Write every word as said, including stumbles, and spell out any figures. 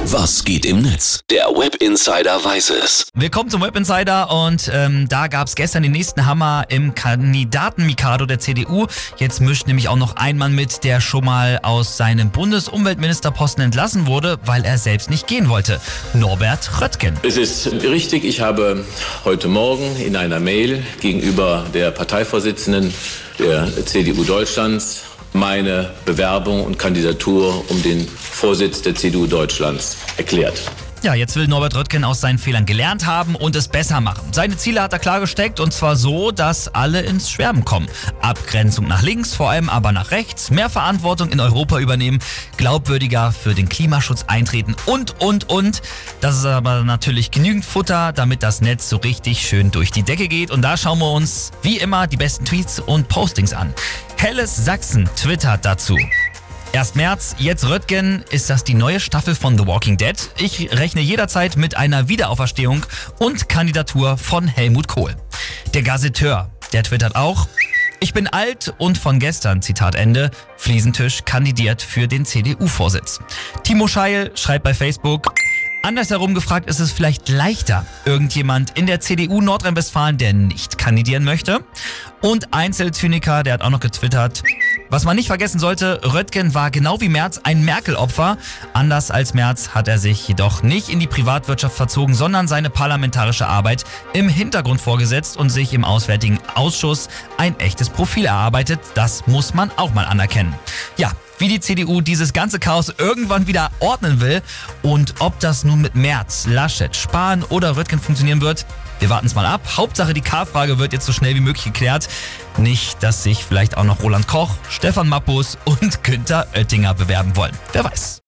Was geht im Netz? Der Web Insider weiß es. Willkommen zum Web Insider und ähm, da gab es gestern den nächsten Hammer im Kandidaten-Mikado der C D U. Jetzt mischt nämlich auch noch ein Mann mit, der schon mal aus seinem Bundesumweltministerposten entlassen wurde, weil er selbst nicht gehen wollte. Norbert Röttgen. Es ist richtig, ich habe heute Morgen in einer Mail gegenüber der Parteivorsitzenden der C D U Deutschlands meine Bewerbung und Kandidatur um den Vorsitz der C D U Deutschlands erklärt. Ja, jetzt will Norbert Röttgen aus seinen Fehlern gelernt haben und es besser machen. Seine Ziele hat er klar gesteckt und zwar so, dass alle ins Schwärmen kommen. Abgrenzung nach links, vor allem aber nach rechts, mehr Verantwortung in Europa übernehmen, glaubwürdiger für den Klimaschutz eintreten und, und, und. Das ist aber natürlich genügend Futter, damit das Netz so richtig schön durch die Decke geht. Und da schauen wir uns wie immer die besten Tweets und Postings an. Helles Sachsen twittert dazu. Erst März, jetzt Röttgen. Ist das die neue Staffel von The Walking Dead? Ich rechne jederzeit mit einer Wiederauferstehung und Kandidatur von Helmut Kohl. Der Gazetteur, der twittert auch. Ich bin alt und von gestern, Zitat Ende, Fliesentisch kandidiert für den C D U-Vorsitz. Timo Scheil schreibt bei Facebook. Andersherum gefragt, ist es vielleicht leichter, irgendjemand in der C D U Nordrhein-Westfalen, der nicht kandidieren möchte? Und Einzelzyniker, der hat auch noch getwittert. Was man nicht vergessen sollte, Röttgen war genau wie Merz ein Merkel-Opfer. Anders als Merz hat er sich jedoch nicht in die Privatwirtschaft verzogen, sondern seine parlamentarische Arbeit im Hintergrund vorgesetzt und sich im Auswärtigen Ausschuss ein echtes Profil erarbeitet. Das muss man auch mal anerkennen. Ja, wie die C D U dieses ganze Chaos irgendwann wieder ordnen will und ob das nun mit Merz, Laschet, Spahn oder Röttgen funktionieren wird, wir warten es mal ab. Hauptsache die K-Frage wird jetzt so schnell wie möglich geklärt. Nicht, dass sich vielleicht auch noch Roland Koch, Stefan Mappus und Günther Oettinger bewerben wollen. Wer weiß.